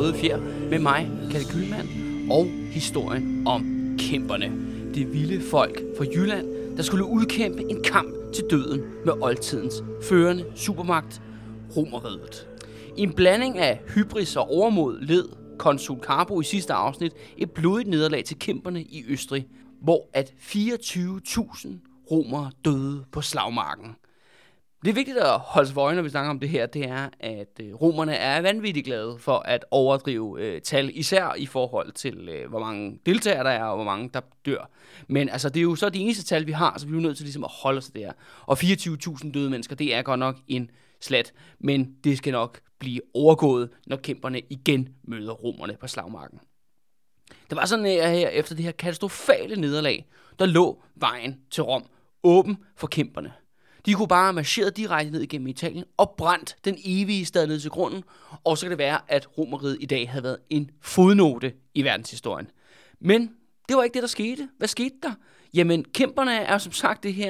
Røde Fjer med mig, Kalle Kyhlmann, og historien om kæmperne. Det vilde folk fra Jylland, der skulle udkæmpe en kamp til døden med oldtidens førende supermagt, Romerriget. I en blanding af hybris og overmod led konsul Carbo i sidste afsnit et blodigt nederlag til kæmperne i Østrig, hvor at 24.000 romere døde på slagmarken. Det er vigtigt at holde sig for øje, når vi snakker om det her, det er, at romerne er vanvittigt glade for at overdrive tal, især i forhold til, hvor mange deltagere der er, og hvor mange der dør. Men altså, det er jo så de eneste tal, vi har, så vi er jo nødt til ligesom at holde os der. Og 24.000 døde mennesker, det er godt nok en slat, men det skal nok blive overgået, når kæmperne igen møder romerne på slagmarken. Det var sådan her efter det her katastrofale nederlag, der lå vejen til Rom åben for kæmperne. De kunne bare marchere direkte ned igennem Italien og brændt den evige stad ned til grunden, og så kan det være, at Romerriget i dag havde været en fodnote i verdenshistorien. Men det var ikke det, der skete. Hvad skete der? Jamen, kæmperne er som sagt det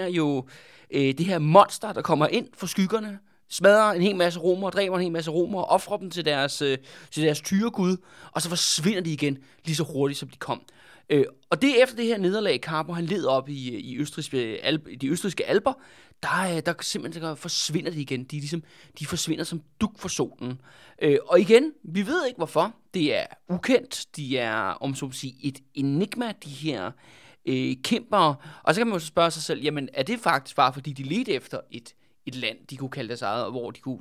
her monster, der kommer ind fra skyggerne, smadrer en hel masse romere, dræber en hel masse romere, offrer dem til deres tyregud, og så forsvinder de igen lige så hurtigt, som de kom. Og det efter det her nederlag, Carbo han led op i de østrigske alper, der simpelthen forsvinder de igen. De forsvinder som dug for solen. Og igen, vi ved ikke hvorfor. Det er ukendt. De er, om så at sige, et enigma, de her kæmpere. Og så kan man jo spørge sig selv, jamen er det faktisk bare fordi de ledte efter et land, de kunne kalde deres eget, hvor de kunne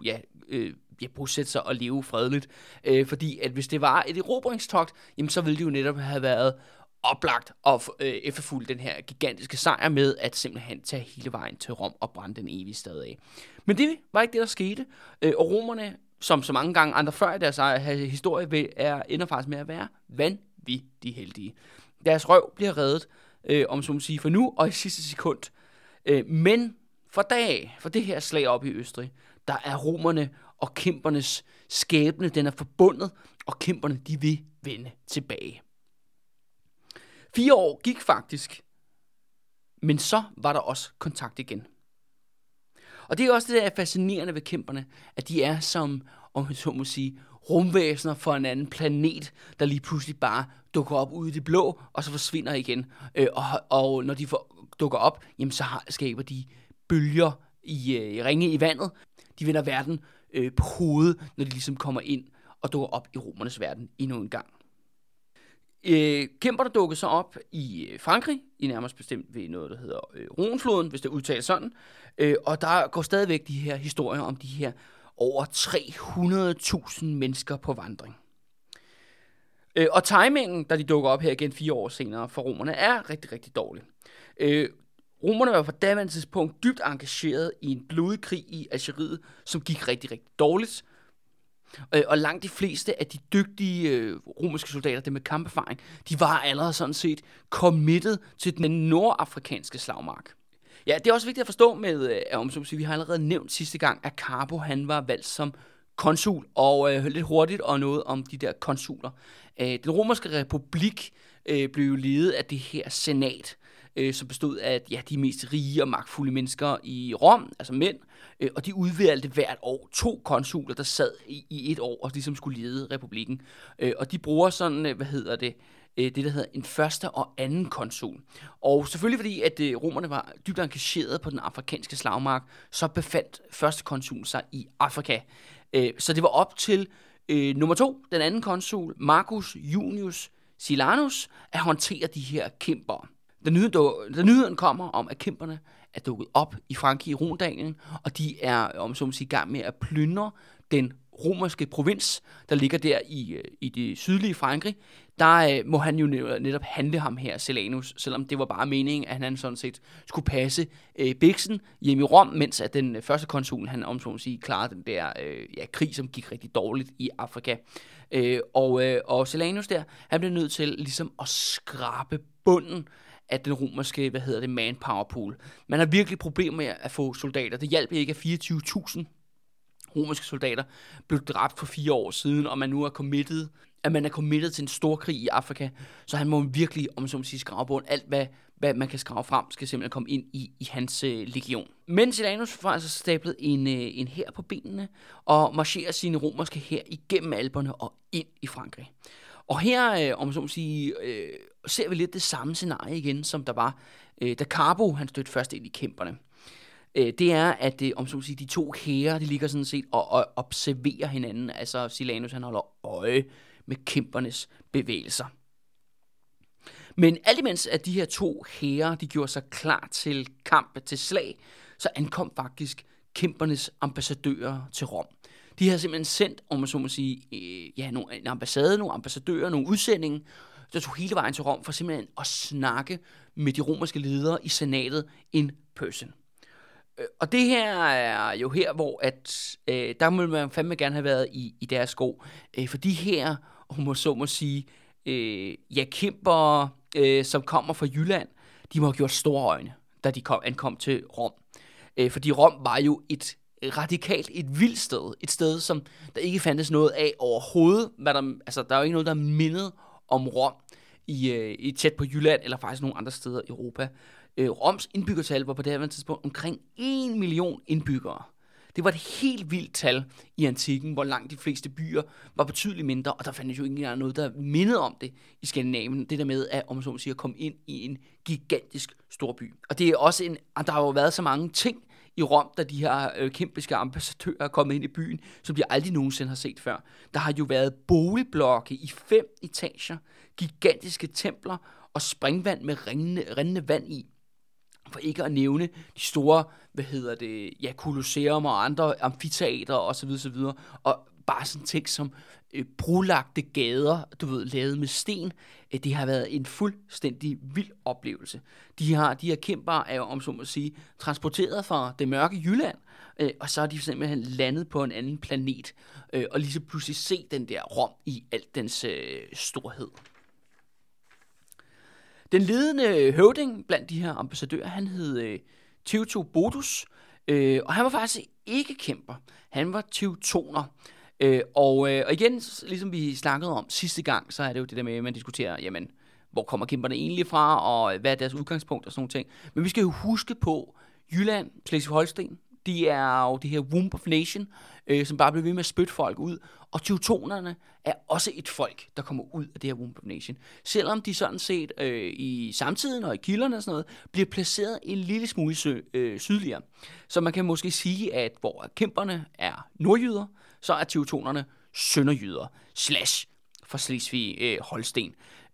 bosætte sig og leve fredeligt. Fordi at hvis det var et erobringstogt, jamen så ville det jo netop have været oplagt og efterfulgt den her gigantiske sejr med at simpelthen tage hele vejen til Rom og brænde den evige stad af. Men det var ikke det, der skete. Og romerne, som så mange gange andre før i deres historie, ender faktisk med at være vanvittigt heldige. Deres røv bliver reddet, om så må sige, for nu og i sidste sekund. Men for det her slag op i Østrig, der er romerne og kæmpernes skæbne, den er forbundet, og kæmperne, de vil vende tilbage. 4 år gik faktisk, men så var der også kontakt igen. Og det er også det, der er fascinerende ved kæmperne, at de er som, om man så må sige, rumvæsener fra en anden planet, der lige pludselig bare dukker op ude i det blå, og så forsvinder igen. Og når de dukker op, jamen så skaber de bølger i ringe i vandet. De vender verden på hovedet, når de ligesom kommer ind og dukker op i romernes verden endnu en gang. Kæmperne dukker så op i Frankrig, i nærmest bestemt ved noget, der hedder Rhônefloden, hvis det udtales sådan. Og der går stadigvæk de her historier om de her over 300.000 mennesker på vandring. Og timingen, da de dukker op her igen 4 år senere for romerne, er rigtig, rigtig dårlig. Romerne var på daværende tidspunkt dybt engageret i en blodig krig i Algeriet, som gik rigtig, rigtig dårligt. Og langt de fleste af de dygtige romerske soldater, dem med kamperfaring, de var allerede sådan set committed til den nordafrikanske slagmark. Ja, det er også vigtigt at forstå med, vi har allerede nævnt sidste gang, at Carbo han var valgt som konsul, og lidt hurtigt og noget om de der konsuler. Den romerske republik blev ledet af det her senat, som bestod af de mest rige og magtfulde mennesker i Rom, altså mænd, og de udvalgte hvert år 2 konsuler, der sad i 1 år og ligesom skulle lede republikken. Og de bruger sådan, det der hedder en første og anden konsul. Og selvfølgelig fordi, at romerne var dybt engageret på den afrikanske slagmark, så befandt første konsul sig i Afrika. Så det var op til nummer 2, den anden konsul, Marcus Junius Silanus, at håndtere de her kæmpere. Da nyheden kommer om, at kæmperne er dukket op i Frankrig i Rhondalen, og de er, om så må sige, i gang med at plyndre den romerske provins, der ligger der i det sydlige Frankrig, der må han jo netop handle ham her, Silanus, selvom det var bare meningen, at han sådan set skulle passe biksen hjemme i Rom, mens at den første konsul, han om så må sige, klarede den der krig, som gik rigtig dårligt i Afrika. Og Silanus der, han blev nødt til ligesom at skrabe bunden af den romerske, manpower pool. Man har virkelig problemer med at få soldater. Det hjalp ikke, at 24.000 romerske soldater blev dræbt for 4 år siden, og man nu er committed til en stor krig i Afrika, så han må virkelig, om så må sige, skrabe bund alt, hvad man kan skrave frem, skal simpelthen komme ind i hans legion. Men Silanus får altså stablet en hær på benene og marcherer sine romerske hær igennem Alperne og ind i Frankrig. Og her, om man så må sige, ser vi lidt det samme scenarie igen, som der var, da Carbo han stødte først ind i kæmperne. Det er, at om så må sige, de to hære, de ligger sådan set og observerer hinanden. Altså Silanus han holder øje med kæmpernes bevægelser. Men alt imens at de her to hære, de gjorde sig klar til kamp, til slag, så ankom faktisk kæmpernes ambassadører til Rom. De havde simpelthen sendt, om man så må sige, en ambassade, nogle ambassadører, nogle udsendinge, der tog hele vejen til Rom for simpelthen at snakke med de romerske ledere i senatet in person. Og det her er jo her, hvor at, der må man fandme gerne have været i deres sko. For de her, om man så må sige, kæmper, som kommer fra Jylland, de må have gjort store øjne, da de ankom til Rom. Fordi Rom var jo et vildt sted. Et sted, som der ikke fandtes noget af overhovedet. Der er jo ikke noget, der mindede om Rom i tæt på Jylland, eller faktisk nogle andre steder i Europa. Roms indbyggertal var på det her tidspunkt omkring 1 million indbyggere. Det var et helt vildt tal i antikken, hvor langt de fleste byer var betydeligt mindre, og der fandtes jo ikke engang noget, der mindede om det i Skandinavien. Det der med, at, om man så må sige, at komme ind i en gigantisk stor by. Og det er også der har jo været så mange ting i Rom, da de her kæmpiske ambassadører er kommet ind i byen, som de aldrig nogensinde har set før. Der har jo været boligblokke i 5 etager, gigantiske templer og springvand med rindende vand i. For ikke at nævne de store, kolosseum og andre amfiteater osv. Og bare sådan ting som brolagte gader, lavet med sten. Det har været en fuldstændig vild oplevelse. De her kæmper er jo, om så må sige, transporteret fra det mørke Jylland, og så er de simpelthen landet på en anden planet, og lige så pludselig se den der Rom i al dens storhed. Den ledende høvding blandt de her ambassadører, han hed Theotobodus, og han var faktisk ikke kæmper. Han var teutoner. Og igen, ligesom vi snakkede om sidste gang, så er det jo det der med, at man diskuterer, jamen, hvor kommer kæmperne egentlig fra, og hvad er deres udgangspunkt og sådan nogle ting. Men vi skal jo huske på, Jylland, Slesvig-Holsten, de er jo det her womb of nation, som bare bliver ved med at spytte folk ud. Og teutonerne er også et folk, der kommer ud af det her womb of nation. Selvom de sådan set i samtiden og i kilderne og sådan noget, bliver placeret en lille smule sydligere. Så man kan måske sige, at hvor kæmperne er nordjyder, så er teutonerne sønderjyder, / fra Slesvig-Holsten.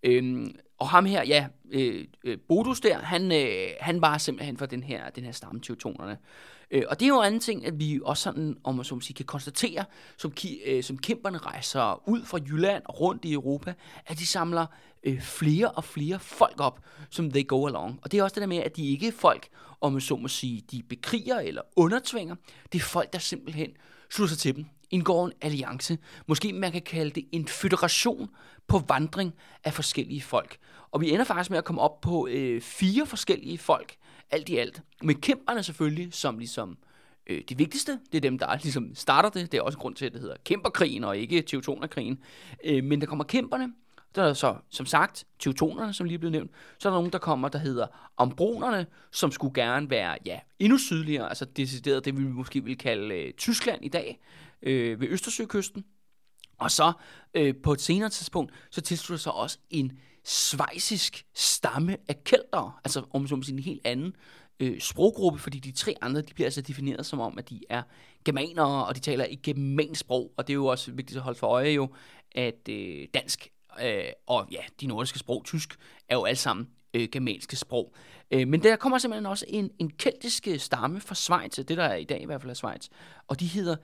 Og ham her, Bodus der, han var simpelthen fra den her stamme teutonerne. Og det er jo anden ting, at vi også sådan, om man så må sige, kan konstatere, som kæmperne rejser ud fra Jylland og rundt i Europa, at de samler flere og flere folk op, som they go along. Og det er også det der med, at de ikke er folk, om man så må sige, de bekriger eller undertvinger. Det er folk, der simpelthen slutter sig til dem, indgår en alliance. Måske man kan kalde det en føderation på vandring af forskellige folk. Og vi ender faktisk med at komme op på 4 forskellige folk, alt i alt. Med kæmperne selvfølgelig, som ligesom det vigtigste. Det er dem, der ligesom starter det. Det er også en grund til, at det hedder kæmperkrigen og ikke teutonerkrigen. Men der kommer kæmperne. Der er så, som sagt, teutonerne, som lige blev nævnt. Så er der nogen, der kommer, der hedder ambronerne, som skulle gerne være endnu sydligere. Altså decideret det, vi måske vil kalde Tyskland i dag, ved Østersøkysten. Og så på et senere tidspunkt, så tilslutter sig også en schweizisk stamme af keltere. Altså om så en helt anden sproggruppe, fordi de 3 andre, de bliver altså defineret som om, at de er germanere, og de taler et germansk sprog. Og det er jo også vigtigt at holde for øje jo, at dansk og de nordiske sprog, tysk, er jo alle sammen germanske sprog. Men der kommer simpelthen også en keltisk stamme fra Schweiz, det der er i dag i hvert fald er Schweiz, og de hedder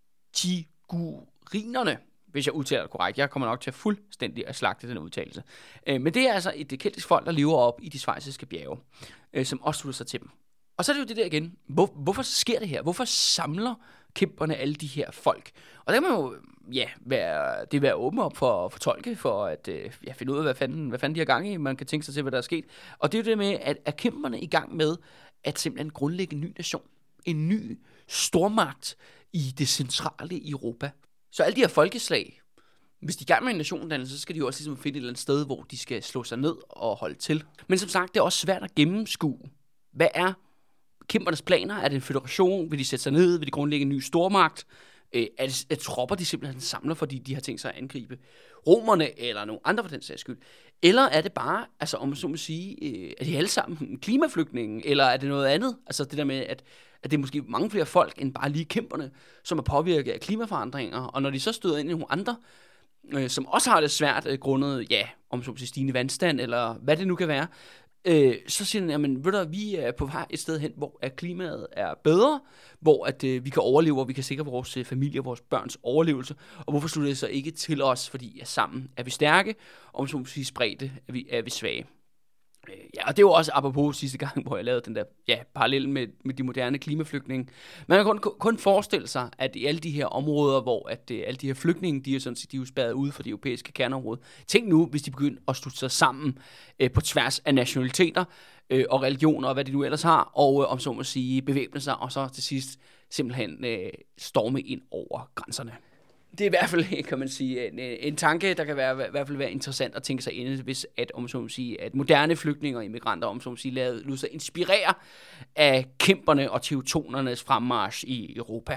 tigurinerne, hvis jeg udtaler det korrekt. Jeg kommer nok til at fuldstændig at slagte den udtalelse. Men det er altså et keltisk folk, der lever op i de schweiziske bjerge, som også slutter sig til dem. Og så er det jo det der igen. Hvorfor sker det her? Hvorfor samler kæmperne alle de her folk? Og der kan man jo være åben op for at fortolke, for at finde ud af, hvad fanden de har gang i. Man kan tænke sig til, hvad der er sket. Og det er jo det med, at er kæmperne i gang med at simpelthen grundlægge en ny nation. En ny stormagt i det centrale Europa. Så alle de her folkeslag, Hvis de er i gang med en nationdannelse, så skal de jo også ligesom finde et eller andet sted, hvor de skal slå sig ned og holde til. Men som sagt, det er også svært at gennemskue. Hvad er kæmpernes planer? Er det en federation? Vil de sætte sig ned? Vil de grundlægge en ny stormagt? Er det tropper, de simpelthen samler, fordi de har tænkt sig at angribe romerne eller nogle andre for den sags skyld? Eller er det bare, altså om man så må sige, er de alle sammen klimaflygtninge? Eller er det noget andet? Altså det der med, at det er måske mange flere folk end bare lige kæmperne, som er påvirket af klimaforandringer. Og når de så støder ind i nogle andre, som også har det svært grundet, ja, om så må sige, stigende vandstand, eller hvad det nu kan være, så siger den, jamen ved du, vi er på vej et sted hen, hvor at klimaet er bedre, hvor at vi kan overleve, og vi kan sikre vores familie og vores børns overlevelse, og hvorfor slutter det så ikke til os, fordi sammen er vi stærke, og så må sige spredte er vi svage. Ja, og det var også apropos sidste gang, hvor jeg lavede den der parallel med de moderne klimaflygtninge. Man kan kun forestille sig, at i alle de her områder, hvor at alle de her flygtninge, de er sådan set, de er jo spærret ude for det europæiske kerneområde. Tænk nu, hvis de begynder at slutte sig sammen på tværs af nationaliteter og religioner og hvad de nu ellers har, og om så må sige bevæbne sig, og så til sidst simpelthen storme ind over grænserne. Det er i hvert fald, kan man sige, en tanke, der kan være, i hvert fald være interessant at tænke sig ind, hvis at, om så må sige, at moderne flygtninge og immigranter, om så må sige, lader sig inspirere af kæmperne og teutonernes fremmarch i Europa.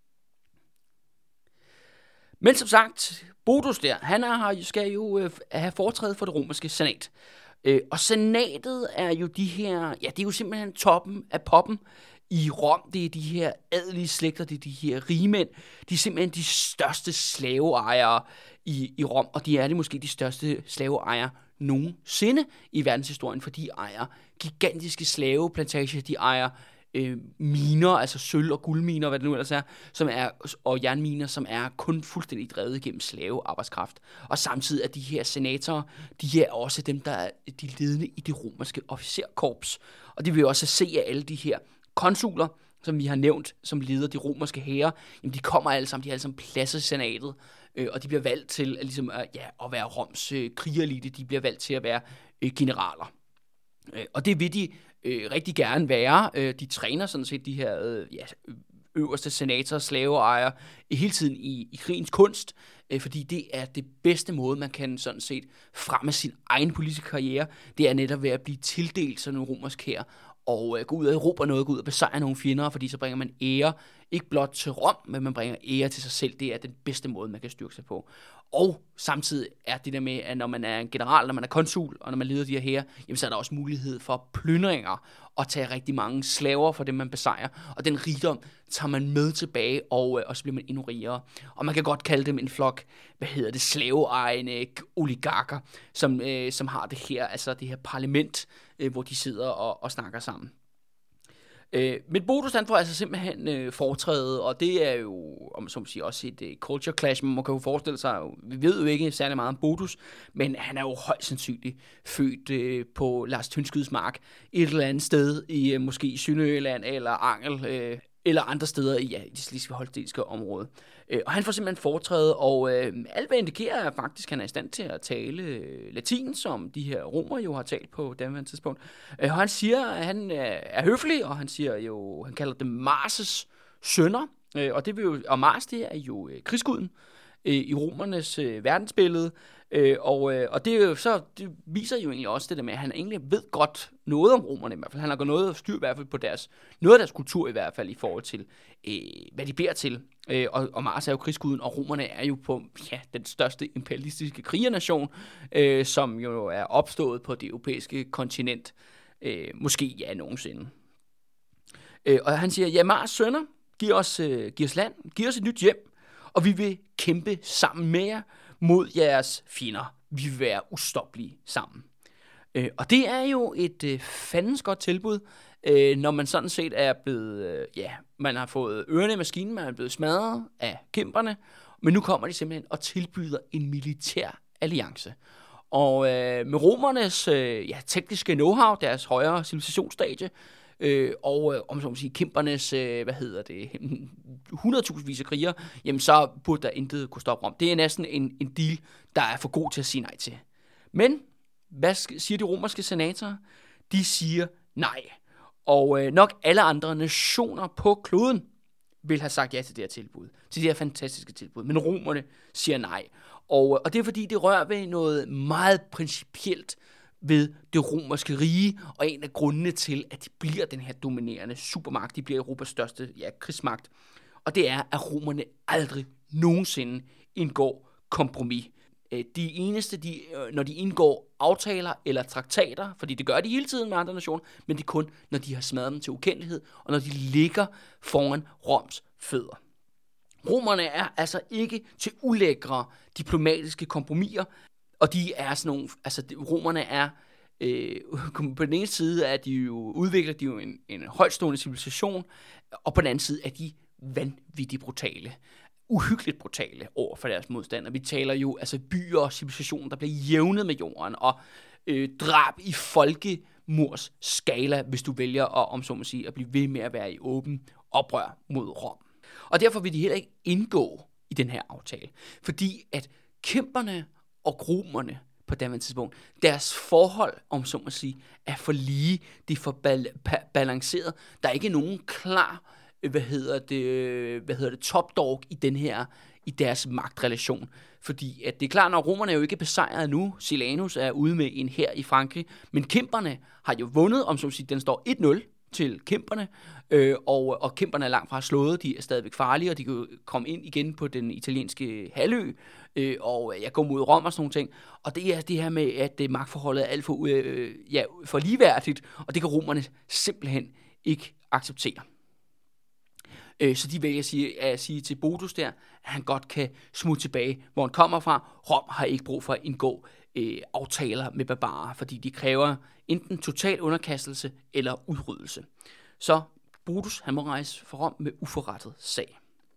Men som sagt, Bodus der, skal jo have foretræde for det romerske senat. Og senatet er jo de her, ja, det er jo simpelthen toppen af poppen i Rom. Det er de her adelige slægter, det er de her rigmænd. De er simpelthen de største slaveejere i Rom, og de er det måske de største slaveejere nogensinde i verdenshistorien, for de ejer gigantiske slaveplantager, de ejer miner, altså sølv- og guldminer, hvad det nu ellers er, og jernminer, som er kun fuldstændig drevet igennem slavearbejdskraft. Og samtidig er de her senatorer, de er også dem, der er de ledende i det romerske officerkorps. Og det vil vi også se af alle de her konsuler, som vi har nævnt, som leder de romerske hære. Jamen, de kommer alle sammen, de er alle sammen pladser i senatet, og de bliver valgt til at være Roms krigerelite, de bliver valgt til at være generaler. Og det vil de rigtig gerne være. De træner sådan set de her øverste senatorer, slaveejere hele tiden i krigens kunst, fordi det er det bedste måde, man kan sådan set fremme sin egen politiske karriere. Det er netop ved at blive tildelt sådan en romersk hær, og gå ud og erobre noget, gå ud og besejre nogle fjender, fordi så bringer man ære, ikke blot til Rom, men man bringer ære til sig selv. Det er den bedste måde, man kan styrke sig på. Og samtidig er det der med, at når man er en general, når man er konsul, og når man leder de her hære, jamen så er der også mulighed for plyndringer og tage rigtig mange slaver for dem, man besejrer. Og den rigdom tager man med tilbage, og så bliver man endnu rigere. Og man kan godt kalde dem en flok, slaveejende oligarker, som har det her, altså det her parlament, hvor de sidder og snakker sammen. Men Bodus, han får altså simpelthen foretræde, og det er jo, om så må sige, også et culture clash, man kan jo forestille sig, vi ved jo ikke særlig meget om Bodus, men han er jo højst sandsynligt født på Lars Tynskyds mark, et eller andet sted i måske Sønderjylland eller Angel, eller andre steder i det slesvig-holstenske område. Og han får simpelthen foretræde, og alt hvad indikerer faktisk, at han er i stand til at tale latin, som de her romer jo har talt på daværende tidspunkt. Og han siger, at han er høflig, og han kalder dem Mars' sønner, og Mars, det er jo krigsguden i romernes verdensbillede, og det viser jo egentlig også det der med, at han egentlig ved godt noget om romerne i hvert fald. Han har gået noget styr i hvert fald på noget af deres kultur i hvert fald i forhold til, hvad de beder til. Og Mars er jo krigsguden, og romerne er jo på den største imperialistiske krigernation, som jo er opstået på det europæiske kontinent, måske nogensinde. Og han siger, Mars' sønner, giv os land, giv os et nyt hjem, og vi vil kæmpe sammen med jer mod jeres fjender. Vi vil være ustoppelige sammen. Og det er jo et fandens godt tilbud, når man sådan set er blevet, man har fået ørerne i maskinen, man er blevet smadret af kæmperne, men nu kommer de simpelthen og tilbyder en militær alliance. Og med romernes tekniske know-how, deres højere civilisationsstadie, og om så må sige kæmpernes 100.000 af krigere, jamen så burde der intet kunne stoppe Rom. Det er næsten en deal, der er for god til at sige nej til. Men hvad siger de romerske senatorer? De siger nej. Og nok alle andre nationer på kloden vil have sagt ja til det her tilbud, til det her fantastiske tilbud. Men romerne siger nej. Og det er fordi, det rører ved noget meget principielt ved det romerske rige, og en af grundene til, at de bliver den her dominerende supermagt, de bliver Europas største krigsmagt, og det er, at romerne aldrig nogensinde indgår kompromis. De eneste, når de indgår aftaler eller traktater, fordi det gør de hele tiden med andre nationer, men det er kun, når de har smadret dem til ukendelighed, og når de ligger foran Roms fødder. Romerne er altså ikke til ulækre diplomatiske kompromiser, og de er sådan nogle, altså romerne er, på den ene side er de jo, udvikler de jo en højtstående civilisation, og på den anden side er de vanvittigt brutale. Uhyggeligt brutale over for deres modstandere. Vi taler jo altså byer og civilisationer, der bliver jævnet med jorden, og drab i folkemords skala, hvis du vælger om så må sige, at blive ved med at være i åben oprør mod Rom. Og derfor vil de heller ikke indgå i den her aftale, fordi at kæmperne og romerne på daværende tidspunkt, deres forhold, om så må sige, er for lige, det er for balanceret. Der er ikke nogen klar top dog i deres magtrelation. Fordi at det er klart, når romerne er jo ikke besejret nu, Silanus er ude med en hær i Frankrig, men kæmperne har jo vundet, om så at sige, den står 1-0 til kæmperne, og kæmperne er langt fra slået, de er stadigvæk farlige, og de kan komme ind igen på den italienske halvø, og jeg går mod Rom og sådan nogle ting, og det er det her med, at magtforholdet er alt for ligeværdigt, og det kan romerne simpelthen ikke acceptere. Så de vælger at sige til Bodus der, at han godt kan smutte tilbage, hvor han kommer fra. Rom har ikke brug for at indgå aftaler med barbarer, fordi de kræver enten total underkastelse eller udryddelse. Så Bodus, han må rejse for Rom med uforrettet sag.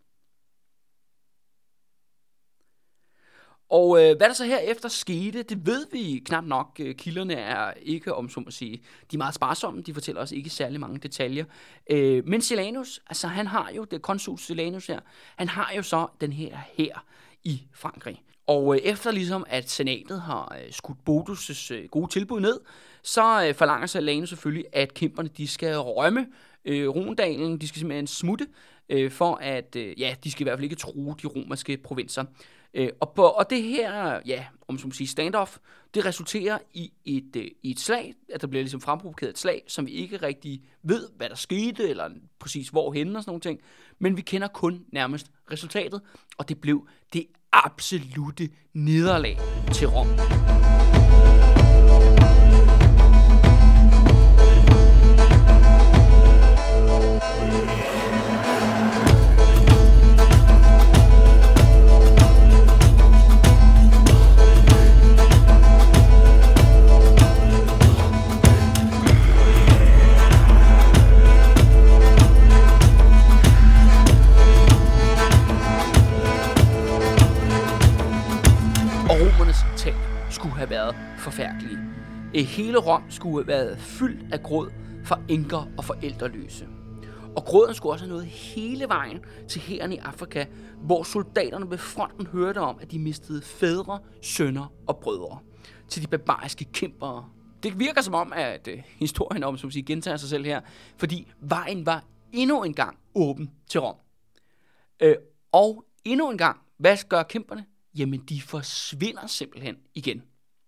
Og hvad der så herefter skete, det ved vi knap nok. Kilderne er ikke, om så må sige, de er meget sparsomme, de fortæller os ikke særlig mange detaljer. Men Silanus, altså han har jo, det konsul Silanus her, han har jo så den her hær i Frankrig. Og efter ligesom, at senatet har skudt Bodus' gode tilbud ned, så forlanger Silanus selvfølgelig, at kæmperne de skal rømme Rhondalen, de skal simpelthen smutte, for at, de skal i hvert fald ikke true de romerske provinser. Og det her, om så må sige, standoff, det resulterer i et slag, at der bliver ligesom fremprovokeret et slag, som vi ikke rigtig ved, hvad der skete, eller præcis hvorhenne og sådan nogle ting, men vi kender kun nærmest resultatet, og det blev det absolutte nederlag til Rom. Have været forfærdelige. Hele Rom skulle have været fyldt af gråd for enker og forældreløse. Og gråden skulle også have nået hele vejen til hæren i Afrika, hvor soldaterne ved fronten hørte om, at de mistede fædre, sønner og brødre til de barbariske kæmpere. Det virker som om, at historien om, som siger, gentager sig selv her, fordi vejen var endnu en gang åben til Rom. Og endnu en gang, hvad gør kæmperne? Jamen, de forsvinder simpelthen igen.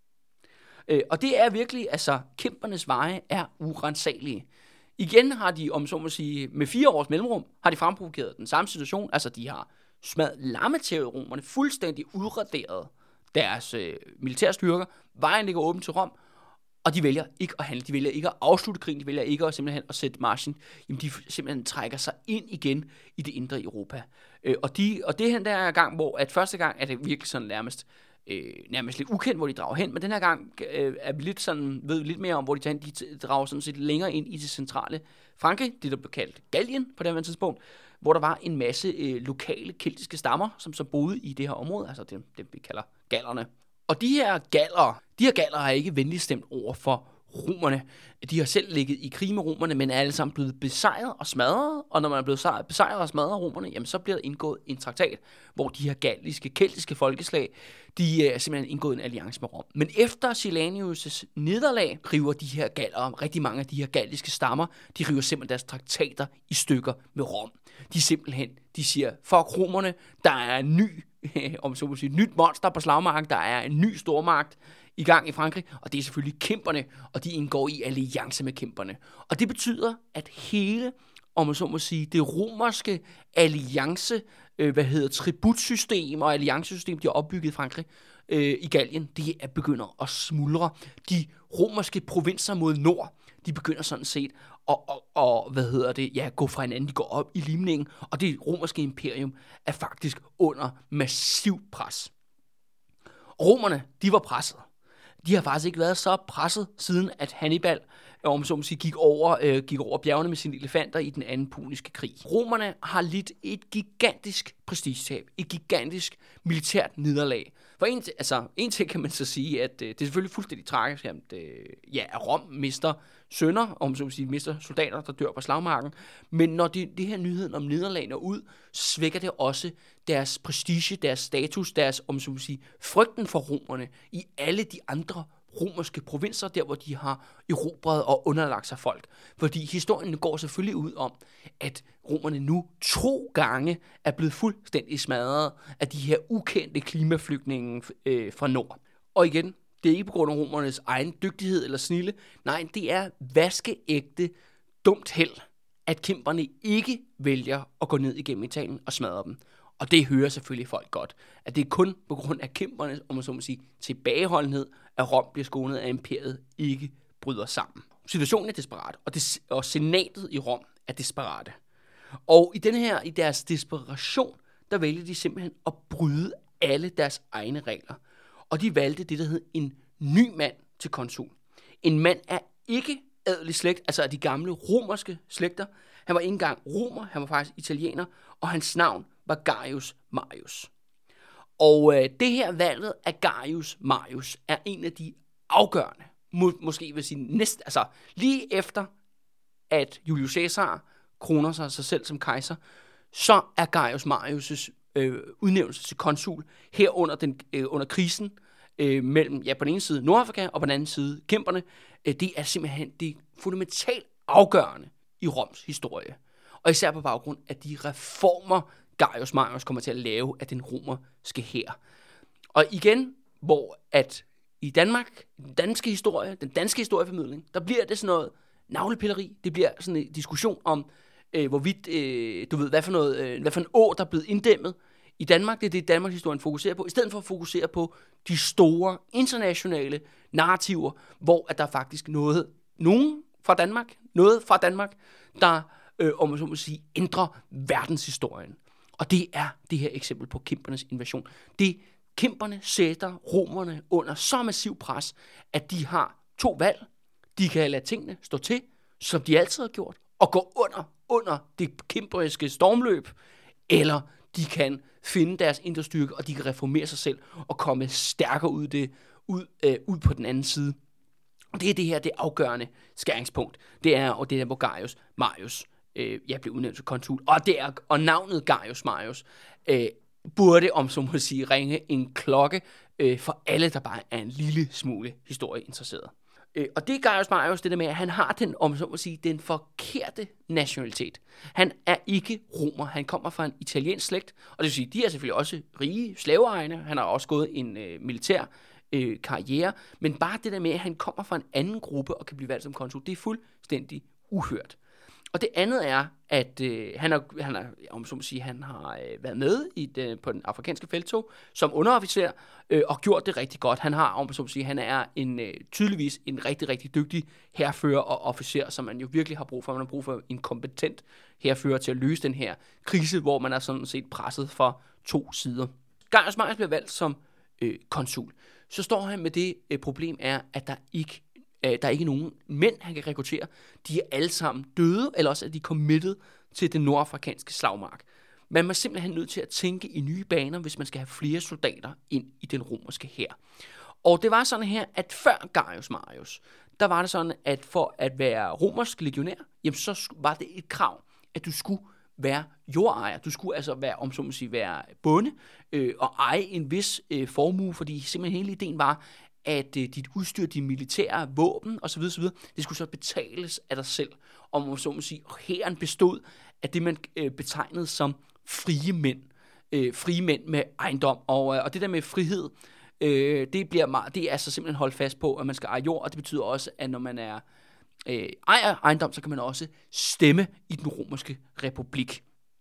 Og det er virkelig, altså, kæmpernes veje er urensagelige. Igen har de, om så må sige, med 4 års mellemrum, har de fremprovokeret den samme situation. Altså, de har smadret lammetævet romerne, fuldstændig udraderet deres militærstyrker. Vejen ligger åben til Rom, og de vælger ikke at handle. De vælger ikke at afslutte krigen. De vælger ikke at simpelthen at sætte marchen. Jamen, de simpelthen trækker sig ind igen i det indre Europa. Og det her der gang, hvor at første gang er det virkelig sådan nærmest lidt ukendt, hvor de drager hen, men den her gang er vi lidt sådan, ved lidt mere om, hvor de tager hen. De drager sådan set længere ind i det centrale Frankrig, det der blev kaldt Gallien på det her tidspunkt, hvor der var en masse lokale keltiske stammer, som så boede i det her område, altså det vi kalder gallerne. Og de her galler er ikke venligt stemt over for romerne. De har selv ligget i krig med romerne, men er alle sammen blevet besejret og smadret. Og når man er blevet besejret og smadret af romerne, jamen så bliver der indgået en traktat, hvor de her keltiske folkeslag, de er simpelthen indgået en alliance med Rom. Men efter Silanus' nederlag river de her galler, rigtig mange af de her galliske stammer, de river simpelthen deres traktater i stykker med Rom. De siger, for romerne, der er en ny om så må sige, nyt monster på slagmarken. Der er en ny stormagt i gang i Frankrig, og det er selvfølgelig kæmperne, og de indgår i alliance med kæmperne. Og det betyder, at hele, om man så må sige, det romerske alliance, tributsystem og alliancesystem, de har opbygget i Frankrig, i Gallien, det begynder at smuldre. De romerske provinser mod nord, de begynder sådan set at gå fra hinanden, de går op i limningen, og det romerske imperium er faktisk under massiv pres. Romerne, de var presset. De har faktisk ikke været så presset, siden at Hannibal gik over bjergene med sine elefanter i den anden puniske krig. Romerne har lidt et gigantisk prestigetab, et gigantisk militært nederlag. For en ting kan man så sige, at det er selvfølgelig fuldstændig tragisk, at Rom mister sønner, mister soldater, der dør på slagmarken. Men når det her nyheden om nederlag når ud, svækker det også deres prestige, deres status, deres, frygten for romerne i alle de andre romerske provinser, der hvor de har erobret og underlagt sig folk. Fordi historien går selvfølgelig ud om, at romerne nu 2 gange er blevet fuldstændig smadret af de her ukendte klimaflygtninge fra nord. Og igen, det er ikke på grund af romernes egen dygtighed eller snilde. Nej, det er vaskeægte dumt held, at kæmperne ikke vælger at gå ned igennem Italien og smadre dem. Og det hører selvfølgelig folk godt, at det er kun på grund af kæmpernes, tilbageholdenhed, at Rom bliver skånet, at imperiet ikke bryder sammen. Situationen er desperat, og senatet i Rom er desperate. Og i deres desperation, der vælger de simpelthen at bryde alle deres egne regler. Og de valgte det, der hed en ny mand til konsul. En mand af ikke adelig slægt, altså af de gamle romerske slægter. Han var ikke engang romer, han var faktisk italiener, og hans navn var Gaius Marius. Og det her valget af Gaius Marius er en af de afgørende, måske vil sige lige efter, at Julius Caesar kroner sig selv som kejser, så er Gaius Marius' udnævnelse til konsul herunder under krisen mellem på den ene side Nordafrika og på den anden side kæmperne. Det er simpelthen det fundamentalt afgørende i Roms historie. Og især på baggrund af de reformer, Gaius Marius kommer til at lave af den romerske hær. Og igen, hvor at i Danmark, den danske historieformidling, der bliver det sådan noget navlepilleri. Det bliver sådan en diskussion om, hvorvidt, hvad for en å, der er blevet inddæmmet. I Danmark, det er det, Danmarks historien fokuserer på, i stedet for at fokusere på de store internationale narrativer, hvor at der er faktisk noget fra Danmark, der, ændrer verdenshistorien. Og det er det her eksempel på kæmpernes invasion. Kæmperne sætter romerne under så massiv pres, at de har 2 valg. De kan lade tingene stå til, som de altid har gjort, og gå under det kæmperiske stormløb, eller de kan finde deres indre styrke, og de kan reformere sig selv og komme stærkere ud på den anden side. Og det er det her, det afgørende skæringspunkt. Det er, hvor Gaius Marius blev udnævnt til konsul. Og navnet Gaius Marius burde, ringe en klokke for alle, der bare er en lille smule historieinteresseret. Og det er Gaius Marius, det der med, at han har den forkerte nationalitet. Han er ikke romer, han kommer fra en italiensk slægt, og det vil sige, de er selvfølgelig også rige slaveejerne, han har også gået en militær karriere, men bare det der med, at han kommer fra en anden gruppe og kan blive valgt som konsul, det er fuldstændig uhørt. Og det andet er, at han har været med på den afrikanske felttog som underofficer og gjort det rigtig godt. Han er tydeligvis en rigtig, rigtig dygtig hærfører og officer, som man jo virkelig har brug for. Man har brug for en kompetent hærfører til at løse den her krise, hvor man er sådan set presset fra 2 sider. Gaius Marius bliver valgt som konsul. Så står han med det problem er, at der er ikke nogen mænd, han kan rekruttere. De er alle sammen døde, eller også er de committed til den nordafrikanske slagmark. Man er simpelthen nødt til at tænke i nye baner, hvis man skal have flere soldater ind i den romerske hær. Og det var sådan her, at før Gaius Marius, der var det sådan, at for at være romersk legionær, jamen så var det et krav, at du skulle være jordejer. Du skulle altså være bonde og eje en vis formue, fordi simpelthen hele ideen var, at dit udstyr, de militære våben osv., det skulle så betales af dig selv. Og hæren bestod af det, man betegnede som frie mænd. frie mænd med ejendom. Og det der med frihed, det er så simpelthen holdt fast på, at man skal eje jord, og det betyder også, at når man ejer ejendom, så kan man også stemme i den romerske republik.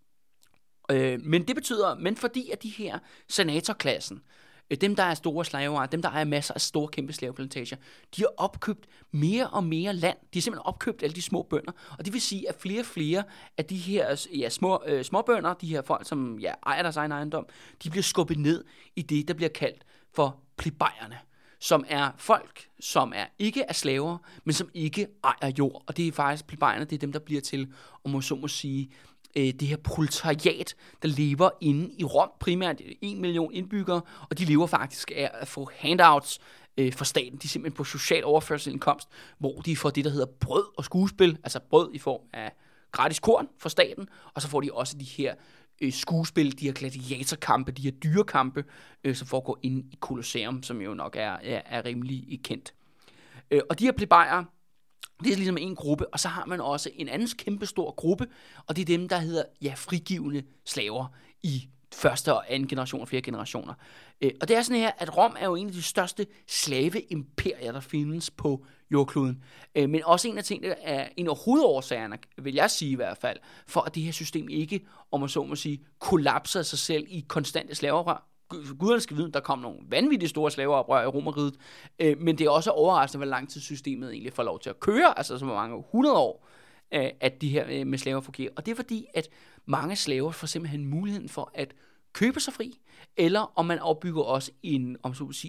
Men fordi at de her senatorklassen, dem der er store slaver, dem der ejer masser af store kæmpe slaveplantager, de har opkøbt mere og mere land. De har simpelthen opkøbt alle de små bønder, og det vil sige, at flere og flere af de her småbønder, de her folk, som ejer deres egen ejendom, de bliver skubbet ned i det, der bliver kaldt for plebejerne, som er folk, som ikke er slaver, men som ikke ejer jord. Og det er faktisk plebejerne, det er dem, der bliver til, om man så må sige, det her proletariat, der lever inde i Rom, primært 1 million indbyggere, og de lever faktisk af at få handouts fra staten. De er simpelthen på social overførselsindkomst, hvor de får det, der hedder brød og skuespil, altså brød i form af gratis korn fra staten, og så får de også de her skuespil, de her gladiatorkampe, de her dyrekampe, som foregår inde i Colosseum, som jo nok er rimelig kendt. Og de her plebejer, det er ligesom en gruppe, og så har man også en anden kæmpestor gruppe, og det er dem, der hedder frigivne slaver i første og anden generation og flere generationer. Og det er sådan her, at Rom er jo en af de største slaveimperier, der findes på jordkloden. Men også en af tingene er en af hovedårsagerne, vil jeg sige i hvert fald, for at det her system ikke, om man så må sige, kollapser sig selv i konstante slaveoprør. Guderne skal vide, der kom nogle vanvittigt store slaveoprør i Romerriget, men det er også overraskende, hvor lang tid systemet egentlig får lov til at køre, altså så mange 100 år, at de her med slaver fungerer. Og det er fordi, at mange slaver får simpelthen muligheden for at købe sig fri, eller om man opbygger også en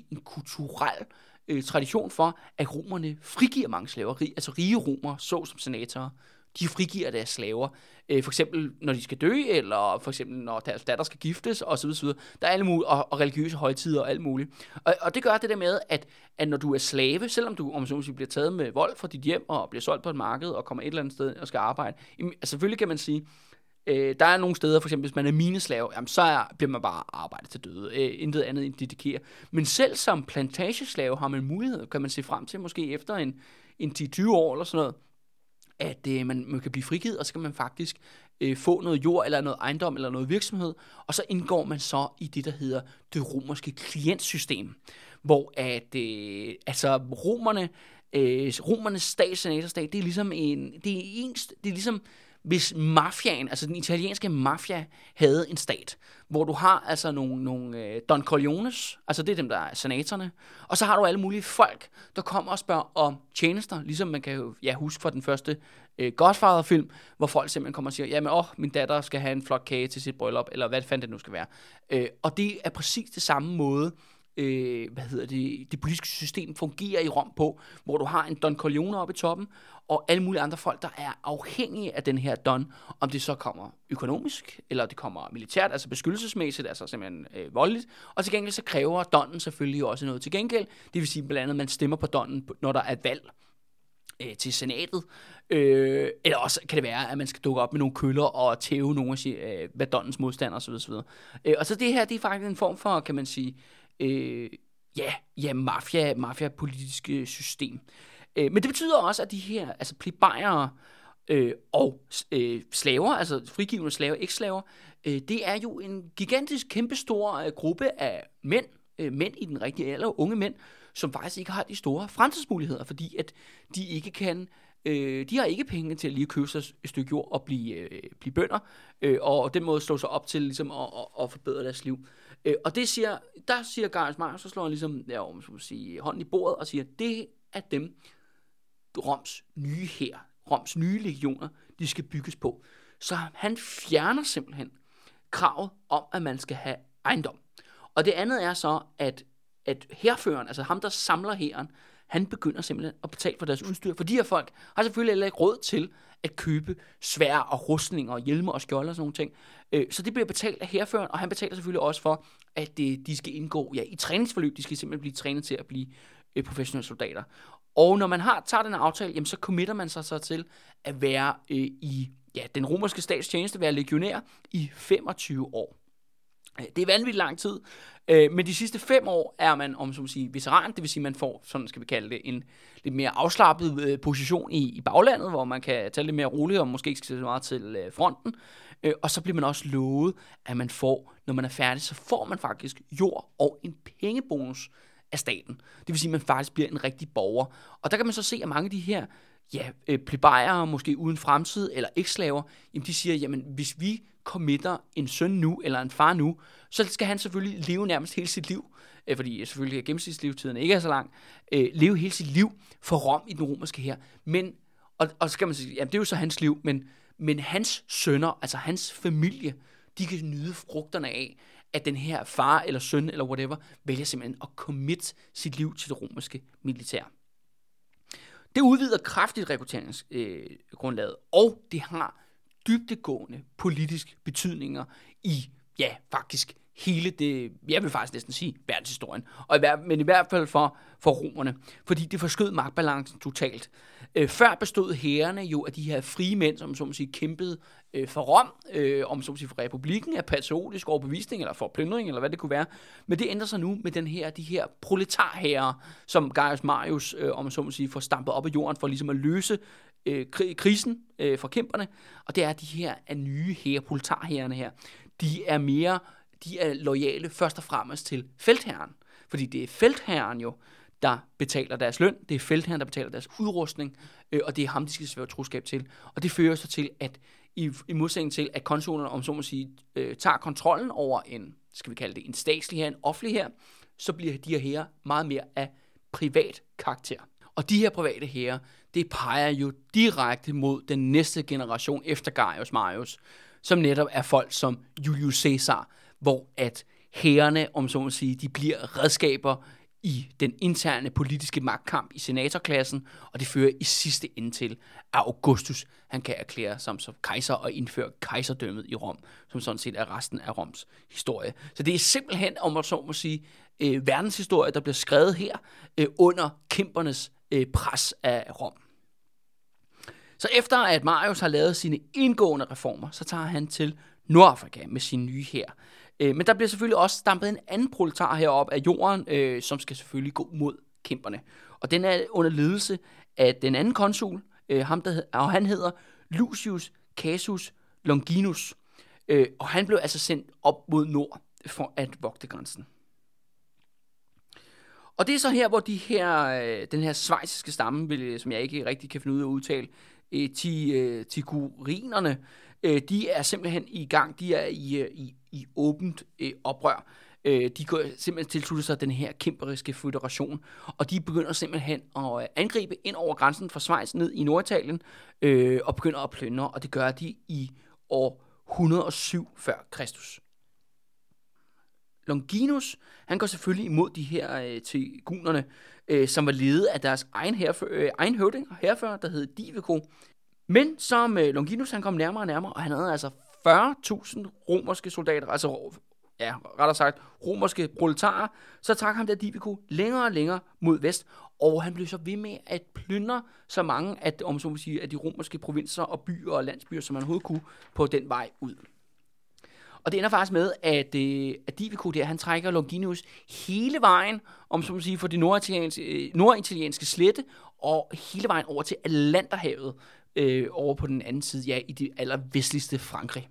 kulturel tradition for, at romerne frigiver mange slaver, altså rige romere, så som senatorer, de frigiver deres slaver, for eksempel når de skal dø, eller for eksempel når deres datter skal giftes, osv. Der er alle mulige, og religiøse højtider og alt muligt. Og det gør det der med, at når du er slave, selvom du om så bliver taget med vold fra dit hjem, og bliver solgt på et marked, og kommer et eller andet sted og skal arbejde, altså selvfølgelig kan man sige, der er nogle steder, for eksempel hvis man er mineslave, jamen så bliver man bare arbejdet til døde, intet andet end dedikere. Men selv som plantageslave har man mulighed, kan man se frem til, måske efter en 10-20 år eller sådan noget, at man kan blive frigivet, og så kan man faktisk få noget jord, eller noget ejendom, eller noget virksomhed, og så indgår man så i det, der hedder det romerske klientsystem, hvor romernes senatorstat, det er ligesom hvis mafiaen, altså den italienske mafia, havde en stat, hvor du har altså nogle Don Corleones, altså det er dem, der er senatorerne, og så har du alle mulige folk, der kommer og spørger om tjenester, ligesom man kan jo huske fra den første Godfather-film, hvor folk simpelthen kommer og siger, jamen min datter skal have en flot kage til sit bryllup, eller hvad fanden det nu skal være. Og det er præcis det samme måde, det politiske system fungerer i Rom på, hvor du har en Don Corleone oppe i toppen, og alle mulige andre folk, der er afhængige af den her Don, om det så kommer økonomisk, eller det kommer militært, altså beskyttelsesmæssigt, altså simpelthen voldeligt, og til gengæld så kræver Donnen selvfølgelig også noget til gengæld, det vil sige blandt andet, at man stemmer på Donnen, når der er valg til senatet, eller også kan det være, at man skal dukke op med nogle køller og tæve nogle af hvad Donnens modstander osv. Og så det her, det er faktisk en form for, kan man sige, mafia-politiske system. Men det betyder også, at de her, altså plebejere og slaver, altså frigivne slaver, eks-slaver, det er jo en gigantisk, kæmpestor gruppe af mænd i den rigtige alder, unge mænd, som faktisk ikke har de store fremtidsmuligheder, fordi at de ikke kan, de har ikke penge til at lige købe sig et stykke jord og blive bønder, og den måde slå sig op til ligesom at forbedre deres liv. Og der siger Gaius Marius, så slår han ligesom hånden i bordet og siger, det er dem, Roms nye hær, Roms nye legioner, de skal bygges på. Så han fjerner simpelthen kravet om, at man skal have ejendom. Og det andet er så, at hærføreren, altså ham, der samler hæren, han begynder simpelthen at betale for deres udstyr. For de her folk har selvfølgelig heller ikke råd til at købe sværd og rustninger og hjelme og skjolde og sådan nogle ting. Så det bliver betalt af hærføreren, og han betaler selvfølgelig også for, at de skal indgå i træningsforløb. De skal simpelthen blive trænet til at blive professionelle soldater. Og når man tager den aftale, jamen, så committer man sig så til at være i den romerske statstjeneste, være legionær i 25 år. Det er vanvittigt lang tid, men de sidste 5 år er man, om så at sige, veteran, det vil sige, man får, sådan skal vi kalde det, en lidt mere afslappet position i baglandet, hvor man kan tage lidt mere roligt, og måske ikke skal så meget til fronten. Og så bliver man også lovet, at man får, når man er færdig, så får man faktisk jord og en pengebonus af staten. Det vil sige, at man faktisk bliver en rigtig borger. Og der kan man så se, at mange af de her plebejere, måske uden fremtid, eller ekslaver, jamen de siger, jamen hvis vi committer en søn nu, eller en far nu, så skal han selvfølgelig leve nærmest hele sit liv, fordi selvfølgelig gennemsnitslevetiden ikke er så lang, leve hele sit liv for Rom i den romerske hær. Men, og så skal man sige, jamen det er jo så hans liv, men hans sønner, altså hans familie, de kan nyde frugterne af, at den her far eller søn eller whatever, vælger simpelthen at commit sit liv til det romerske militær. Det udvider kraftigt rekrutteringsgrundlaget, og det har dybdegående politisk betydninger i, faktisk hele det, jeg vil faktisk næsten sige, verdenshistorien. Men i hvert fald for romerne, fordi det forskød magtbalancen totalt. Før bestod hærene jo af de her frie mænd, som så må sige kæmpede for Rom, om så må sige for republikken, af patriotisk overbevisning, eller for plyndring, eller hvad det kunne være. Men det ændrer sig nu med de her proletarhære, som Gaius Marius, om så må sige, får stampet op af jorden, for ligesom at løse krisen for kæmperne. Og det er de her nye hære, proletarhærene her. De er loyale først og fremmest til feltherren, fordi det er feltherren jo, der betaler deres løn, det er feltherren, der betaler deres udrustning, og det er ham, de skal svære troskab til. Og det fører så til, at i modsætning til, at konsulerne, om så må sige, tager kontrollen over en, skal vi kalde det, en statslig her, en offentlig her, så bliver de her hære meget mere af privat karakter. Og de her private hære, det peger jo direkte mod den næste generation efter Gaius Marius, som netop er folk som Julius Caesar, hvor at hærene, om så må sige, de bliver redskaber i den interne politiske magtkamp i senatorklassen, og det fører i sidste ende til, at Augustus, han kan erklære sig som kejser og indføre kejserdømmet i Rom, som sådan set er resten af Roms historie. Så det er simpelthen, om man så må sige, verdenshistorie, der bliver skrevet her under kæmpernes pres af Rom. Så efter at Marius har lavet sine indgående reformer, så tager han til Nordafrika med sin nye hær. Men der bliver selvfølgelig også stampet en anden proletar herop af jorden, som skal selvfølgelig gå mod kæmperne. Og den er under ledelse af den anden konsul, og han hedder Lucius Cassius Longinus. Og han blev altså sendt op mod nord for at vogte grænsen. Og det er så her, hvor den her schweiziske stamme, som jeg ikke rigtig kan finde ud af at udtale, tigurinerne, de er simpelthen i gang, de er i åbent oprør. De går simpelthen tilslutte sig den her kæmperiske føderation, og de begynder simpelthen at angribe ind over grænsen fra Schweiz ned i Norditalien, og begynder at plyndre, og det gør de i år 107 før Kristus. Longinus, han går selvfølgelig imod de her tigunerne, som var ledet af deres egen høvding og hærfører, der hed Divico. Men som Longinus, han kom nærmere og nærmere, og han havde altså 40.000 romerske soldater, altså rettere sagt romerske proletarer, så trak ham der Divico længere og længere mod vest, og han blev så ved med at plyndre så mange af de romerske provinser og byer og landsbyer, som man overhovedet kunne på den vej ud. Og det ender faktisk med, at Divico der, han trækker Longinus hele vejen, for det norditalienske slette, og hele vejen over til Atlanterhavet, over på den anden side, i det allervestligste Frankrig.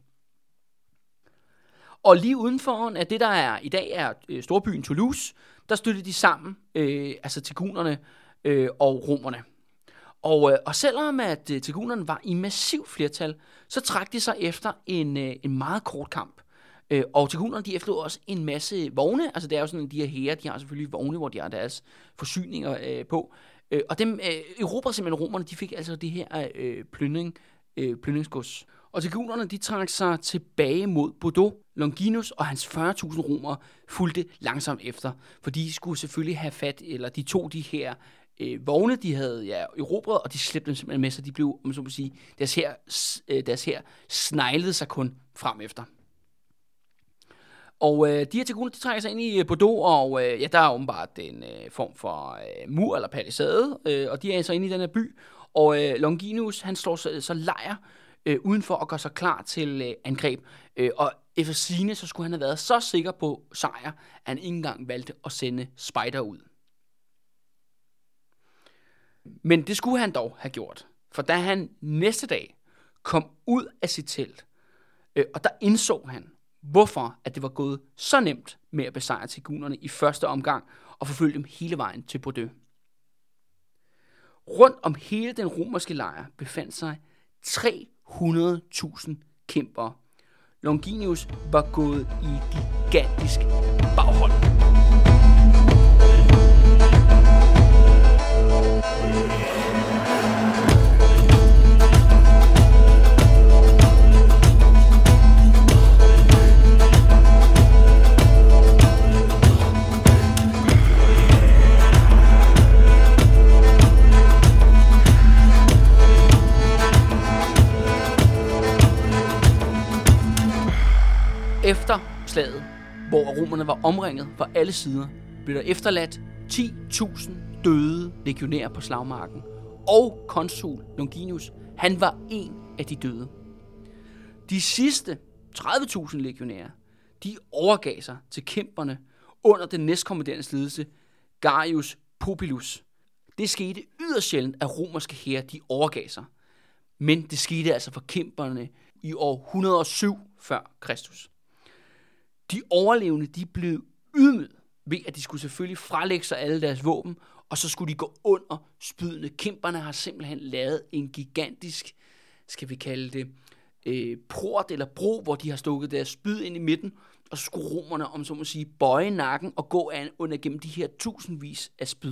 Og lige udenfor af det, der er i dag er storbyen Toulouse, der støttede de sammen, tigunerne og romerne. Og selvom at tigunerne var i massiv flertal, så trak de sig efter en meget kort kamp. Og tigunerne, de efterlod også en masse vogne, altså det er jo sådan, de her hære, de har selvfølgelig vogne, hvor de har deres forsyninger på. Og dem erobrede simpelthen romerne, de fik altså det her plyndringsgods. Og tigunerne, de trak sig tilbage mod Bordeaux. Longinus og hans 40.000 romere fulgte langsomt efter, for de skulle selvfølgelig have fat, eller de tog de her vogne, de havde erobret, og de slæbte dem simpelthen med, så de blev, om så må sige, deres her sneglede sig kun frem efter. Og de her tiguner, de trækker sig ind i Bordeaux, og der er åbenbart en form for mur eller palisade, og de er så inde i den her by, og Longinus, han slår så lejr udenfor og gør sig klar til angreb. Og Efter sigende, så skulle han have været så sikker på sejr, at han ikke engang valgte at sende spejder ud. Men det skulle han dog have gjort, for da han næste dag kom ud af sit telt, og der indså han, hvorfor at det var gået så nemt med at besejre tigunerne i første omgang og forfølge dem hele vejen til Bordeaux. Rundt om hele den romerske lejr befandt sig 300.000 kæmpere. Longinus var gået i gigantisk baghold. Efter slaget, hvor romerne var omringet fra alle sider, blev der efterladt 10.000 døde legionærer på slagmarken. Og konsul Longinus, han var en af de døde. De sidste 30.000 legionærer, de overgav sig til kæmperne under den næstkommanderende ledelse Gaius Popillius. Det skete yderst sjældent, at romerske hære de overgav sig. Men det skete altså for kæmperne i år 107 før Kristus. De overlevende, de blev ydmyget ved, at de skulle selvfølgelig frelægge sig alle deres våben, og så skulle de gå under spydene. Kæmperne har simpelthen lavet en gigantisk, skal vi kalde det, port eller bro, hvor de har stukket deres spyd ind i midten, og så skulle romerne, om så må sige, bøje nakken og gå under gennem de her tusindvis af spyd.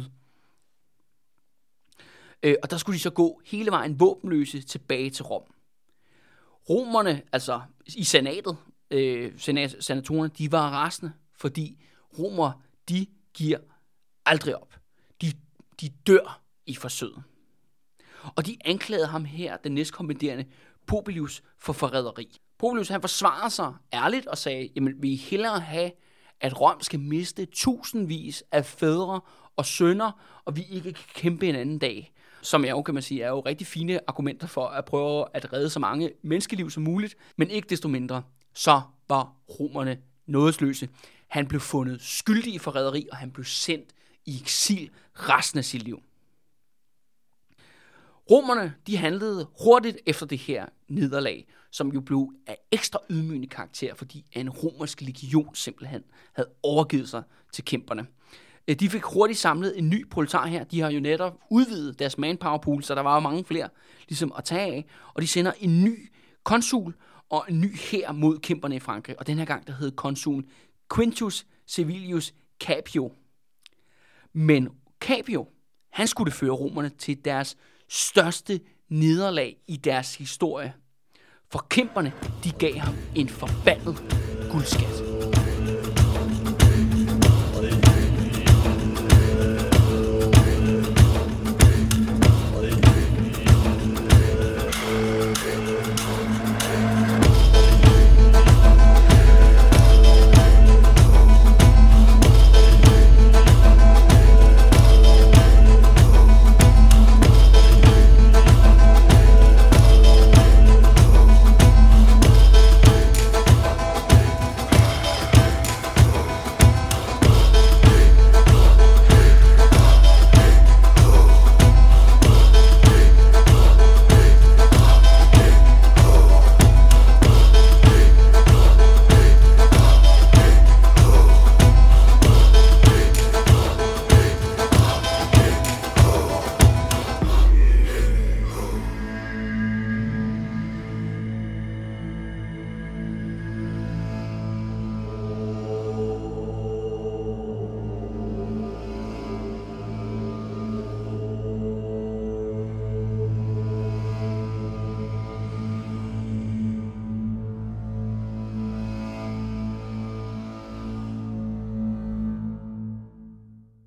Og der skulle de så gå hele vejen våbenløse tilbage til Rom. Romerne, altså i senatet, senatorerne, de var rasende, fordi romer, de giver aldrig op. De dør i forsøget. Og de anklagede ham her, den næstkommanderende Popillius, for forræderi. Popillius, han forsvarede sig ærligt og sagde, jamen vi hellere have, at Rom skal miste tusindvis af fædre og sønner, og vi ikke kan kæmpe en anden dag. Som jo, kan man sige, er jo rigtig fine argumenter for at prøve at redde så mange menneskeliv som muligt, men ikke desto mindre, så var romerne nådesløse. Han blev fundet skyldig i forræderi, og han blev sendt i eksil resten af sit liv. Romerne, de handlede hurtigt efter det her nederlag, som jo blev af ekstra ydmygende karakter, fordi en romersk legion simpelthen havde overgivet sig til kæmperne. De fik hurtigt samlet en ny proletar her. De har jo netop udvidet deres manpower pool, så der var jo mange flere ligesom at tage af. Og de sender en ny konsul og en ny hær mod kæmperne i Frankrig. Og den her gang, der hed konsulen Quintus Servilius Capio. Men Capio, han skulle føre romerne til deres største nederlag i deres historie. For kæmperne, de gav ham en forbandet guldskat.